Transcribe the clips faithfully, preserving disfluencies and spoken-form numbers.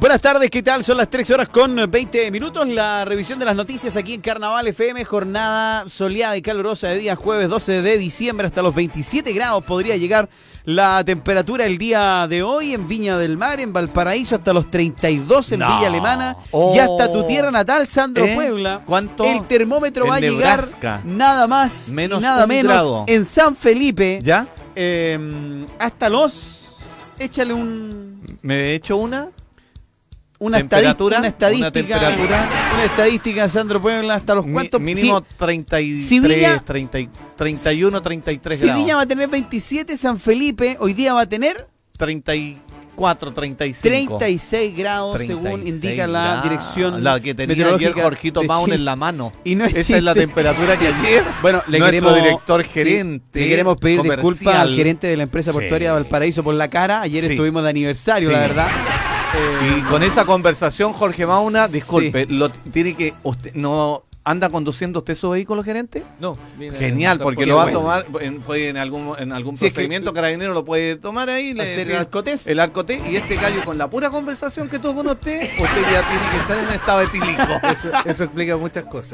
Buenas tardes, ¿qué tal? Son las tres horas con veinte minutos. La revisión de las noticias aquí en Carnaval F M. Jornada soleada y calurosa de día jueves doce de diciembre. Hasta los veintisiete grados podría llegar la temperatura el día de hoy en Viña del Mar, en Valparaíso, hasta los treinta y dos en no. Villa Alemana. Oh. Y hasta tu tierra natal, Sandro ¿Eh? Puebla. ¿Cuánto? El termómetro en va a Nebraska. Llegar nada más menos y nada menos grado. En San Felipe. ¿Ya? Eh, hasta los... Échale un... ¿Me he hecho una? Una temperatura, una estadística, una temperatura, una estadística, Sandro Puebla, hasta los cuantos. Mi, mínimo sí. treinta y tres, Sevilla, treinta, treinta y uno, treinta y tres grados. Sevilla va a tener veintisiete, San Felipe hoy día va a tener treinta y cuatro, treinta y cinco. treinta y seis grados treinta y seis según indica la grados. Dirección la que tenía ayer Jorgito Maun en la mano. Y no es Esa chiste. Es la temperatura que ayer. Bueno, le nuestro queremos director gerente. Sí, le queremos pedir comercial. disculpas al gerente de la empresa portuaria sí. de Valparaíso por la cara. Ayer sí. estuvimos de aniversario, sí. la verdad. Eh, y con esa conversación, Jorge Mauna, disculpe, sí. lo tiene que usted no anda conduciendo usted su vehículo, gerente. No, mira, genial, no, porque lo va a tomar en, puede en algún en algún sí, procedimiento es que, carabinero lo puede tomar ahí, le, hacer el arcotés, el arcotés y este gallo con la pura conversación que tuvo con usted, usted ya tiene que estar en un estado etílico. Eso, eso explica muchas cosas.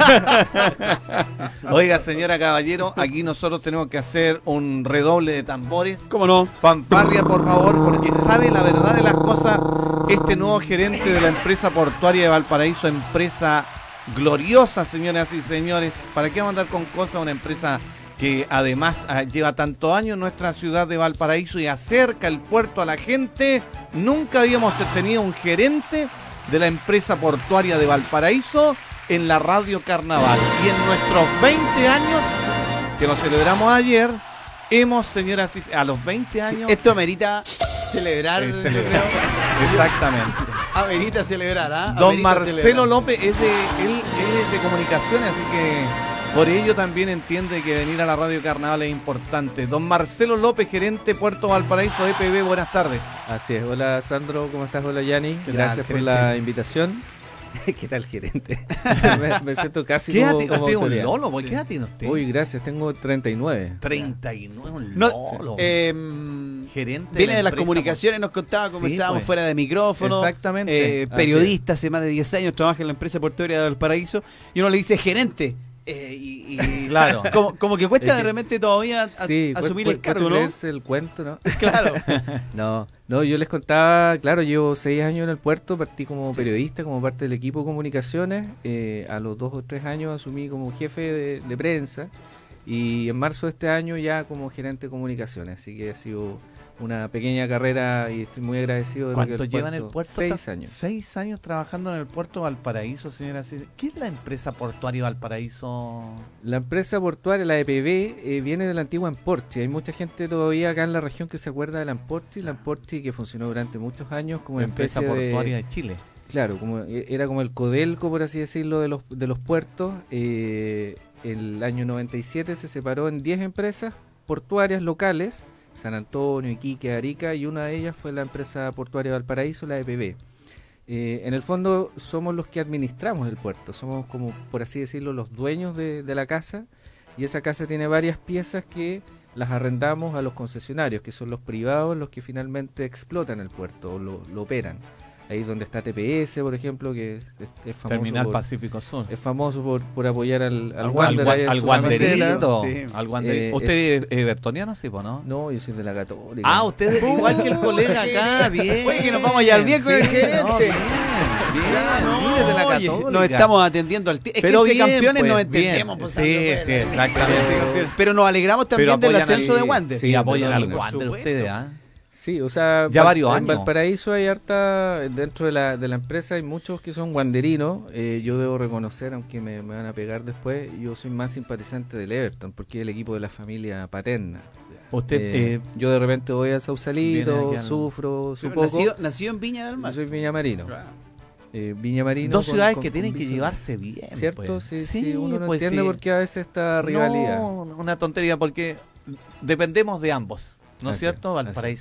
Oiga, señora Caballero, aquí nosotros tenemos que hacer un redoble de tambores. ¿Cómo no? Fanfarria, por favor, porque sabe la verdad de las cosas este nuevo gerente de la empresa portuaria de Valparaíso, empresa gloriosa, señoras y señores. ¿Para qué vamos a andar con cosas? Una empresa que además lleva tantos años en nuestra ciudad de Valparaíso y acerca el puerto a la gente. Nunca habíamos tenido un gerente de la empresa portuaria de Valparaíso en la Radio Carnaval. Y en nuestros veinte años, que nos celebramos ayer, hemos, señoras y a los veinte años... Sí, esto amerita celebrar. Eh, celebrar. Exactamente. Amerita celebrar, ¿ah? ¿eh? Don Marcelo celebrar. López es de, él, él es de comunicaciones, así que por ello también entiende que venir a la Radio Carnaval es importante. Don Marcelo López, gerente Puerto Valparaíso E P B, buenas tardes. Así es, hola Sandro, ¿cómo estás? Hola Yanni, gracias por la invitación. ¿Qué tal, gerente? me, me siento casi ¿Qué como, ti, como usted un lolo? ¿Por qué edad tiene usted? Uy, gracias, tengo treinta y nueve. treinta y nueve, un no, lolo. Eh, gerente viene de, de las empresa, comunicaciones, nos contaba, conversábamos sí, pues. fuera de micrófono. Exactamente. Eh, periodista, hace más de diez años, trabaja en la empresa portuaria de Valparaíso y uno le dice gerente. Eh, y, y claro, como, como que cuesta es que, de repente todavía a, sí, asumir puede, el cargo, ¿no? el cuento, ¿no? Claro. no, no, yo les contaba, claro, llevo seis años en el puerto, partí como periodista, como parte del equipo de comunicaciones, eh, a los dos o tres años asumí como jefe de, de prensa y en marzo de este año ya como gerente de comunicaciones, así que ha sido una pequeña carrera y estoy muy agradecido de ¿Cuánto lo que el lleva puerto, en el puerto? Seis años. Seis años trabajando en el puerto Valparaíso, señora. ¿Qué es la empresa portuaria Valparaíso? La empresa portuaria, la E P B, eh, viene de la antigua Emporti. Hay mucha gente todavía acá en la región que se acuerda de la Emporti, la Emporti que funcionó durante muchos años como la una empresa portuaria de, de Chile. Claro, como era como el Codelco, por así decirlo, de los de los puertos. Eh, el año noventa y siete se separó en diez empresas portuarias locales, San Antonio, Iquique, Arica, y una de ellas fue la empresa portuaria Valparaíso, la E P B. Eh, en el fondo somos los que administramos el puerto, somos como, por así decirlo, los dueños de, de la casa, y esa casa tiene varias piezas que las arrendamos a los concesionarios, que son los privados los que finalmente explotan el puerto o lo, lo operan. Ahí donde está T P S, por ejemplo, que es, es famoso Terminal por, Pacífico Sur. Es famoso por, por apoyar al, al, al Wander. Al, al Wanderito. Sí. Al Wanderito. Eh, ¿Usted es eh, bertoniano, sí, no? No, yo soy de la Católica. Ah, usted es igual que el colega acá, bien. Oye, que nos vamos a hallar bien con sí, el gerente. No, bien, bien, no, no, de la Católica. Nos estamos atendiendo al tiempo. Es pero que entre bien, campeones pues, nos entendemos. Pues, sí, sí, exactamente. Pero nos alegramos también del ascenso al, de Wander. Sí, apoyan al Wander ustedes, ¿ah? Sí, o sea, ya varios en años. Valparaíso hay harta, dentro de la, de la empresa hay muchos que son wanderinos. Eh, yo debo reconocer, aunque me, me van a pegar después, yo soy más simpatizante del Everton, porque es el equipo de la familia paterna. Usted, eh, eh, yo de repente voy al Sausalito, al... sufro, supongo. Nacido, nació en Viña del Mar. Yo soy viñamarino. Claro. Eh, Viña Marino. Dos con, ciudades con, que tienen que Viña, llevarse bien. ¿Cierto? Pues. Sí, sí, sí, uno no pues entiende sí. por qué a veces esta rivalidad. No, una tontería, porque dependemos de ambos, ¿no es así, cierto? Valparaíso así.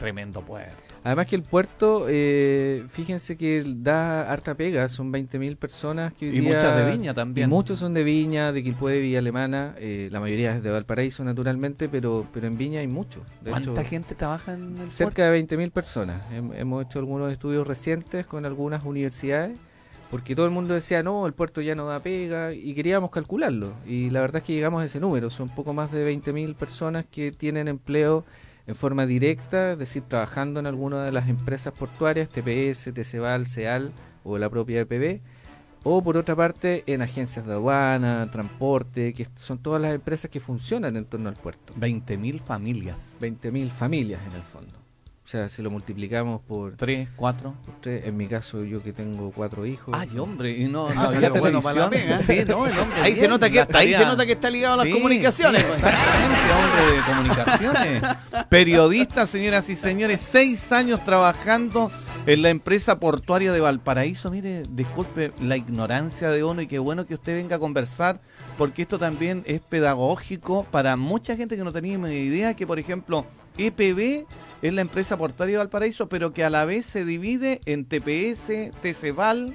tremendo puerto. Además que el puerto, eh, fíjense que da harta pega, son veinte mil personas que hoy Y día- muchas de Viña también. Y muchos son de Viña, de Quilpué, de Villa Alemana, eh, la mayoría es de Valparaíso naturalmente, pero pero en Viña hay mucho. De ¿Cuánta hecho, gente trabaja en el cerca de veinte mil personas. Hem- hemos hecho algunos estudios recientes con algunas universidades, porque todo el mundo decía, no, el puerto ya no da pega, y queríamos calcularlo. Y la verdad es que llegamos a ese número, son poco más de veinte mil personas que tienen empleo en forma directa, es decir, trabajando en alguna de las empresas portuarias, T P S, Teceval, Ceal o la propia E P B, o por otra parte en agencias de aduana, transporte, que son todas las empresas que funcionan en torno al puerto. veinte mil familias. veinte mil familias en el fondo. O sea, si lo multiplicamos por Tres, cuatro. por tres, en mi caso yo que tengo cuatro hijos. Ay, hombre, y no, no Ah, había pero bueno para la televisión. pega. Sí, no, el hombre Ahí se bien, nota que la ahí tarea- se nota que está ligado a las Sí, comunicaciones. sí, exactamente, hombre de comunicaciones. Periodista, señoras y señores, seis años trabajando en la empresa portuaria de Valparaíso. Mire, disculpe la ignorancia de uno y qué bueno que usted venga a conversar, porque esto también es pedagógico para mucha gente que no tenía ni idea que, por ejemplo, E P B es la empresa portuaria de Valparaíso, pero que a la vez se divide en T P S, Teceval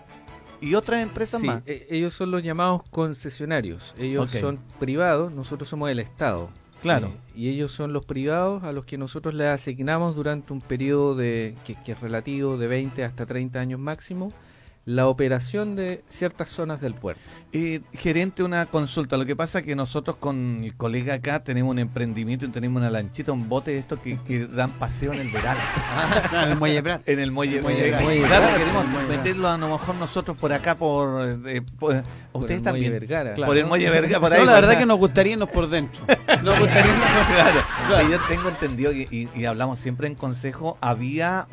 y otras empresas Sí, más. e- ellos son los llamados concesionarios. Ellos Ok. son privados, nosotros somos el Estado. Claro. Eh, y ellos son los privados a los que nosotros les asignamos durante un periodo de que, que es relativo de veinte hasta treinta años máximo la operación de ciertas zonas del puerto. Eh, gerente, una consulta. Lo que pasa es que nosotros con el colega acá tenemos un emprendimiento y tenemos una lanchita, un bote de estos que, que dan paseo en el verano. Claro, el muelle Prat. En el muelle. Muelle eh, Prat. Muelle claro, Prat. queremos Muelle Prat. meterlo a lo mejor nosotros por acá, por... eh, por- Por ustedes el también. Muelle Vergara. Claro. Por el muelle Vergara, por ahí. No, la por verdad acá. que nos gustaría irnos por dentro. Nos gustaría irnos por- Claro, que yo tengo entendido y, y- y hablamos siempre en consejo, había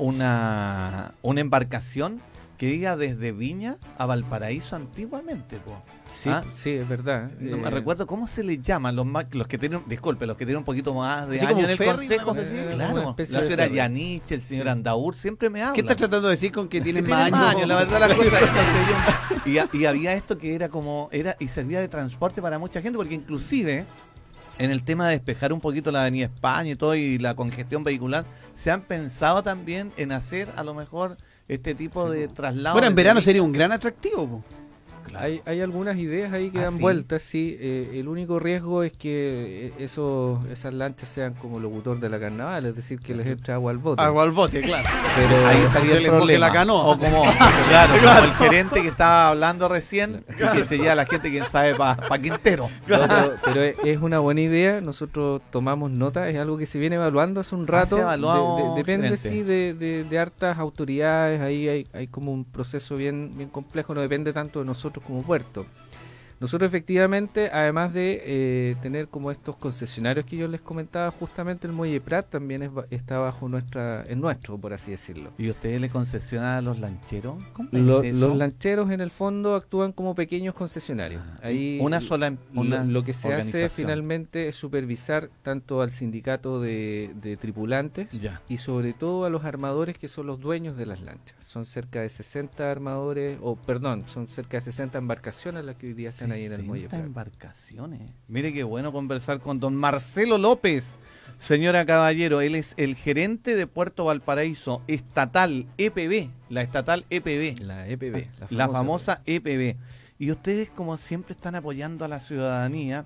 una, una embarcación que iba desde Viña a Valparaíso antiguamente, po. Sí, ¿Ah? sí, es verdad. No me Eh, recuerdo cómo se les llama, los más, los que tienen, disculpe, los que tienen un poquito más de Así años como en el ferry, consejo. una cosa así. Una Claro, especie la de señora ferry. Yanich, el señor Andaur, siempre me hablan. ¿Qué estás tratando de decir con que Que tienen tienen más años? la verdad la cosa es que y, ha- y había esto que era como, era y servía de transporte para mucha gente, porque inclusive en el tema de despejar un poquito la avenida España y todo, y la congestión vehicular, se han pensado también en hacer a lo mejor este tipo de traslado. Bueno, en desde verano Viña. sería un gran atractivo. Po. Claro. Hay, hay algunas ideas ahí que ¿Ah, dan sí? vueltas, sí. Eh, el único riesgo es que eh, esos, esas lanchas sean como locutor de la carnaval, es decir, que les entre agua al bote. Agua al bote, claro. Pero Ahí estaría se el le moje problema. la canoa. O como, claro, como el gerente que estaba hablando recién, y que se lleva a la gente quien sabe para pa Quintero. No, pero, pero es- es una buena idea, nosotros tomamos nota, es algo que se viene evaluando hace un rato. se ha evaluado, de- de- depende, gerente. sí, de, de, de hartas autoridades, ahí hay, hay como un proceso bien, bien complejo, no depende tanto de nosotros como puerto. Nosotros efectivamente, además de eh, tener como estos concesionarios que yo les comentaba, justamente el Muelle Prat también es ba- está bajo nuestra, es nuestro, por así decirlo. ¿Y ustedes le concesionan a los lancheros? ¿Cómo es Lo- eso? los lancheros en el fondo actúan como pequeños concesionarios. Ahí Una sola em- lo- una lo, que se hace organización. finalmente es supervisar tanto al sindicato de, de tripulantes Ya. y sobre todo a los armadores que son los dueños de las lanchas. Son cerca de sesenta armadores, o perdón, son cerca de sesenta embarcaciones las que hoy día están ahí en el muelle. sesenta Prat. embarcaciones. Mire qué bueno conversar con don Marcelo López. Señora Caballero, él es el gerente de Puerto Valparaíso, estatal E P B, la estatal E P B, La E P B, la famosa, la famosa E P B. Y ustedes, como siempre, están apoyando a la ciudadanía.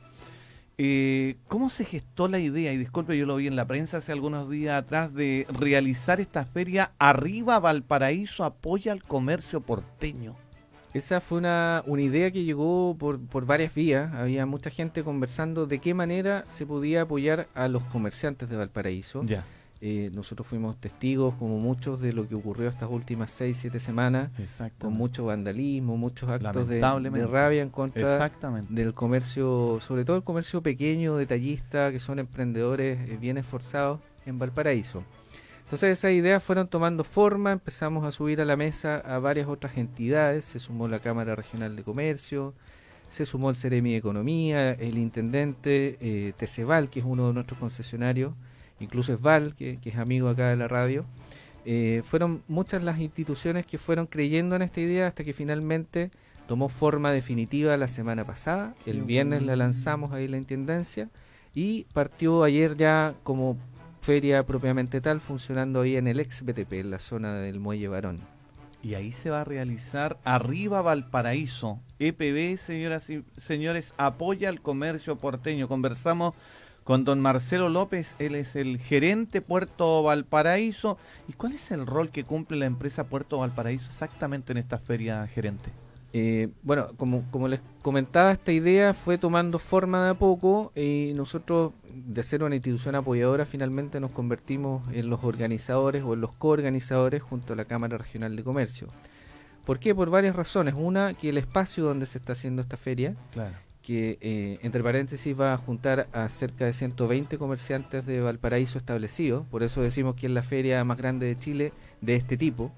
Eh, ¿Cómo se gestó la idea? Y disculpe, yo lo vi en la prensa hace algunos días atrás, de realizar esta feria Arriba Valparaíso apoya al comercio porteño. Esa fue una, una idea que llegó por, por varias vías. Había mucha gente conversando de qué manera se podía apoyar a los comerciantes de Valparaíso. Ya, Eh, nosotros fuimos testigos, como muchos, de lo que ocurrió estas últimas seis, siete semanas, exacto. con mucho vandalismo, muchos actos de, Lamentablemente. de rabia en contra Exactamente. del comercio, sobre todo el comercio pequeño, detallista, que son emprendedores eh, bien esforzados en Valparaíso. Entonces esas ideas fueron tomando forma, empezamos a subir a la mesa a varias otras entidades, se sumó la Cámara Regional de Comercio, se sumó el Ceremi de Economía, el Intendente, eh, Teceval, que es uno de nuestros concesionarios, incluso es Val, que, que es amigo acá de la radio. Eh, fueron muchas las instituciones que fueron creyendo en esta idea hasta que finalmente tomó forma definitiva la semana pasada. El viernes la lanzamos ahí en la Intendencia y partió ayer ya como feria propiamente tal, funcionando ahí en el ex B T P, en la zona del Muelle Barón. Y ahí se va a realizar Arriba Valparaíso. E P B, señoras y señores, apoya al comercio porteño. Conversamos con don Marcelo López, él es el gerente Puerto Valparaíso. ¿Y cuál es el rol que cumple la empresa Puerto Valparaíso exactamente en esta feria, gerente? Eh, bueno, como, como les comentaba, esta idea fue tomando forma de a poco y nosotros, de ser una institución apoyadora, finalmente nos convertimos en los organizadores o en los coorganizadores junto a la Cámara Regional de Comercio. ¿Por qué? Por varias razones. Una, que el espacio donde se está haciendo esta feria, Claro. que eh, entre paréntesis va a juntar a cerca de ciento veinte comerciantes de Valparaíso establecidos, por eso decimos que es la feria más grande de Chile de este tipo.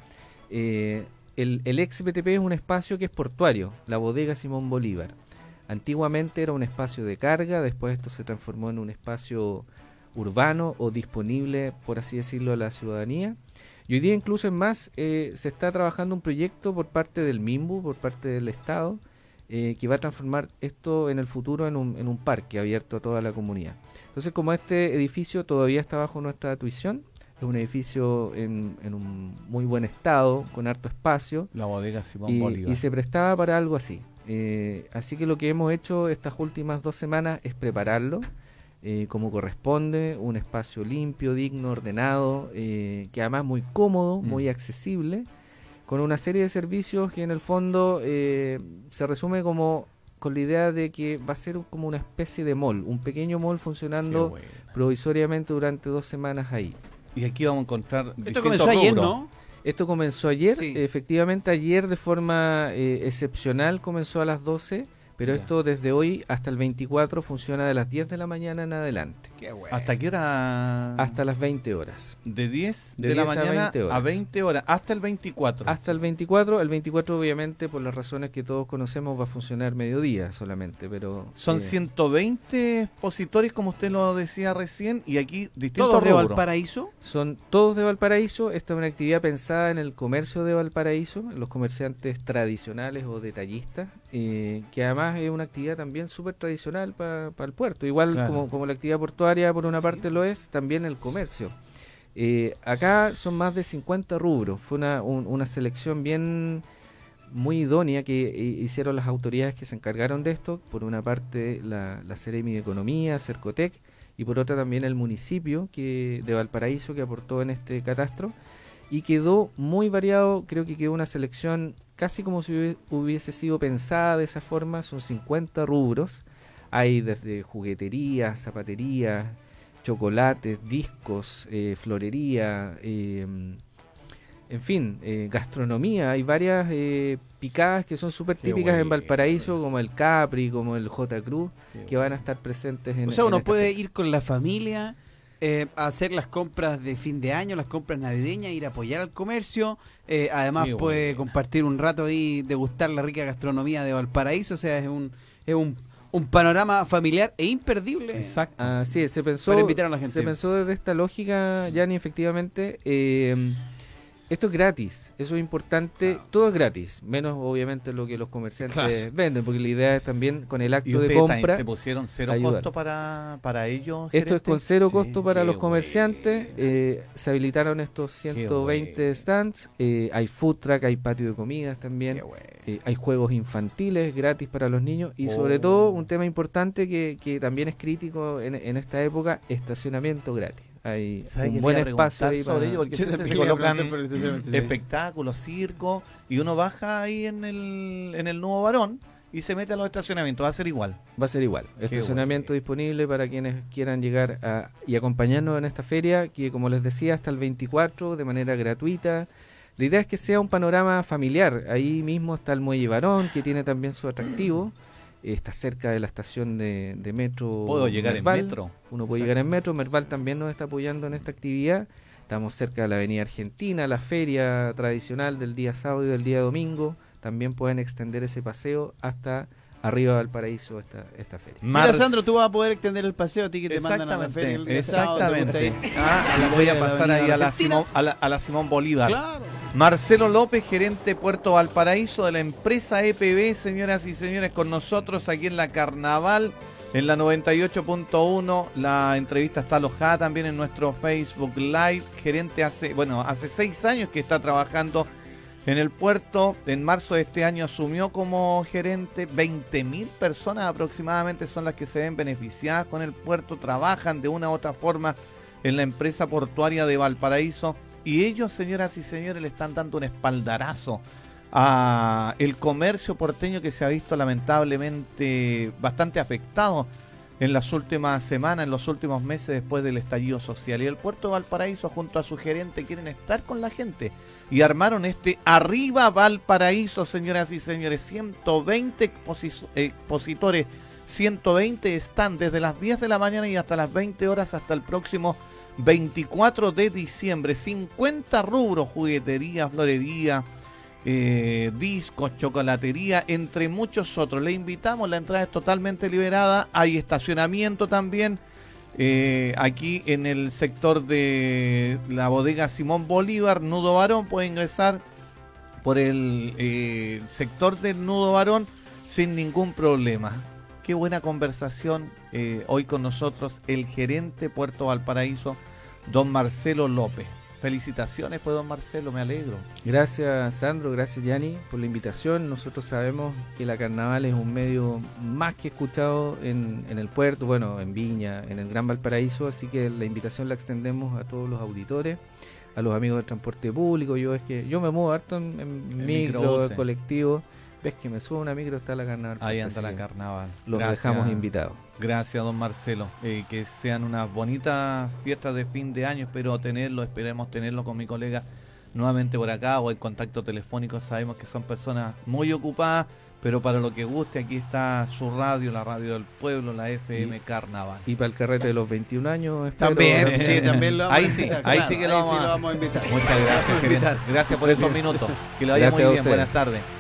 Eh, el, el ex B T P es un espacio que es portuario, la bodega Simón Bolívar. Antiguamente era un espacio de carga, después esto se transformó en un espacio urbano o disponible, por así decirlo, a la ciudadanía. Y hoy día incluso en más eh, se está trabajando un proyecto por parte del MIMBU, por parte del Estado, eh, que va a transformar esto en el futuro en un, en un parque abierto a toda la comunidad. Entonces, como este edificio todavía está bajo nuestra tuición, es un edificio en, en un muy buen estado, con harto espacio, La bodega Simón y, Bolívar. y se prestaba para algo así. Eh, así que lo que hemos hecho estas últimas dos semanas es prepararlo eh, como corresponde, un espacio limpio, digno, ordenado, eh, que además muy cómodo, Mm. muy accesible, con una serie de servicios que en el fondo eh, se resume como con la idea de que va a ser como una especie de mall, un pequeño mall Qué funcionando bueno. provisoriamente durante dos semanas ahí. Y aquí vamos a encontrar Esto distintos comenzó ayer, rubros. ¿no? Esto comenzó ayer, Sí. efectivamente ayer de forma eh, excepcional comenzó a las doce, pero Ya. esto desde hoy hasta el veinticuatro funciona de las diez de la mañana en adelante, Qué bueno. ¿Hasta qué hora? hasta las veinte horas. De diez De de, la diez a mañana veinte horas. a veinte horas, hasta el veinticuatro. Hasta el veinticuatro, el veinticuatro obviamente por las razones que todos conocemos va a funcionar mediodía solamente, pero... Son eh, ciento veinte expositores, como usted lo decía recién, y aquí distintos ¿Todos de rubros. Valparaíso? Son todos de Valparaíso. Esta es una actividad pensada en el comercio de Valparaíso, en los comerciantes tradicionales o detallistas, eh, que además es una actividad también súper tradicional para el puerto. Igual Claro. como, como la actividad portuaria por una Sí. parte lo es, también el comercio. Eh, acá son más de cincuenta rubros. Fue una, un- una selección bien muy idónea que eh, hicieron las autoridades que se encargaron de esto. Por una parte la, la Seremi de Economía, Cercotec, y por otra también el municipio que de Valparaíso que aportó en este catastro. Y quedó muy variado, creo que quedó una selección casi como si hubie- hubiese sido pensada de esa forma. Son cincuenta rubros. Hay desde juguetería, zapatería, chocolates, discos, eh, florería, eh, en fin, eh, gastronomía. Hay varias eh, picadas que son súper Qué típicas en bueno. Valparaíso, como el Capri, como el J. Cruz, que van a estar presentes en O sea, en uno esta puede feria. ir con la familia eh, a hacer las compras de fin de año, las compras navideñas, ir a apoyar al comercio. eh, además Qué puede buena. compartir un rato ahí, degustar la rica gastronomía de Valparaíso. O sea, es un es un, un panorama familiar e imperdible. Exacto. Así es, se pensó, Para invitar a la gente. se pensó desde esta lógica, Yanni, efectivamente. eh, esto es gratis, eso es importante, todo es gratis, menos obviamente lo que los comerciantes Claro. venden, porque la idea es también con el Y acto de ustedes también compra. se pusieron cero ayudar. costo para, para ellos. Esto es gerente. con cero Sí, costo para qué los comerciantes. buena. eh, se habilitaron estos ciento veinte bueno. stands. eh, hay food truck, hay patio de comidas también. Qué bueno. eh, hay juegos infantiles gratis para los niños. Y Oh. sobre todo, un tema importante que, que también es crítico en, en esta época: estacionamiento gratis. Hay ¿Sabe un que buen le iba a espacio preguntar ahí sobre para... ello? Porque Sí, siempre también se quería colocan preguntar por el estacionamiento, sí. espectáculos, circo, y uno baja ahí en el, en el Nuevo Varón y se mete a los estacionamientos. Va a ser igual. Va a ser igual. Estacionamiento bueno. disponible para quienes quieran llegar a, y acompañarnos en esta feria, que como les decía, hasta el veinticuatro de manera gratuita. La idea es que sea un panorama familiar. Ahí mismo está el Muelle Barón, que tiene también su atractivo. Está cerca de la estación de, de metro. Puedo llegar Merval. en metro. Uno puede Exacto. llegar en metro. Merval también nos está apoyando en esta actividad. Estamos cerca de la Avenida Argentina, la feria tradicional del día sábado y del día domingo. También pueden extender ese paseo hasta arriba de Valparaíso esta, esta feria. Mira, Mar- Sandro, tú vas a poder extender el paseo a ti que te mandan a la feria el día sábado, ¿te gusta Exactamente. ir? Ah, A la voy a feria de la pasar ahí Avenida a la, Argentina. Simón, a, la, a la Simón Bolívar. Claro. Marcelo López, gerente Puerto Valparaíso de la empresa E P B, señoras y señores, con nosotros aquí en la Carnaval en la noventa y ocho punto uno. La entrevista está alojada también en nuestro Facebook Live. Gerente hace, bueno, hace seis años que está trabajando en el puerto. En marzo de este año asumió como gerente. veinte mil personas aproximadamente son las que se ven beneficiadas con el puerto. Trabajan de una u otra forma en la empresa portuaria de Valparaíso. Y ellos, señoras y señores, le están dando un espaldarazo a el comercio porteño, que se ha visto lamentablemente bastante afectado en las últimas semanas, en los últimos meses después del estallido social. Y el puerto de Valparaíso junto a su gerente quieren estar con la gente y armaron este Arriba Valparaíso, señoras y señores. ciento veinte exposi- expositores, ciento veinte están desde las diez de la mañana y hasta las veinte horas hasta el próximo veinticuatro de diciembre. cincuenta rubros: juguetería, florería, eh, discos, chocolatería, entre muchos otros. Le invitamos, la entrada es totalmente liberada. Hay estacionamiento también eh, aquí en el sector de la bodega Simón Bolívar, Nudo Varón. Puede ingresar por el eh, sector del Nudo Varón sin ningún problema. Qué buena conversación eh, hoy con nosotros el gerente Puerto Valparaíso, don Marcelo López. Felicitaciones, pues, don Marcelo, me alegro. Gracias, Sandro, gracias, Yanni, por la invitación. Nosotros sabemos que la Carnaval es un medio más que escuchado en, en el puerto, bueno, en Viña, en el Gran Valparaíso, así que la invitación la extendemos a todos los auditores, a los amigos del transporte público. Yo es que yo me muevo harto en, en micro, microbús, colectivo. Ves que me subo a una micro, está la Carnaval. Ahí anda la Carnaval. Los Gracias. dejamos invitados. Gracias, don Marcelo. Eh, que sean unas bonitas fiestas de fin de año. Espero tenerlo, esperemos tenerlo con mi colega nuevamente por acá o en contacto telefónico. Sabemos que son personas muy ocupadas, pero para lo que guste, aquí está su radio, la radio del pueblo, la F M y, Carnaval. Y para el carrete de los veintiún años, espero. También, sí, también lo vamos ahí a sí, invitar, ahí claro, sí que lo, ahí vamos, sí a... lo vamos a invitar. Muchas gracias, gerente. Gracias por esos minutos. Que lo vaya Gracias muy a bien. ustedes. Buenas tardes.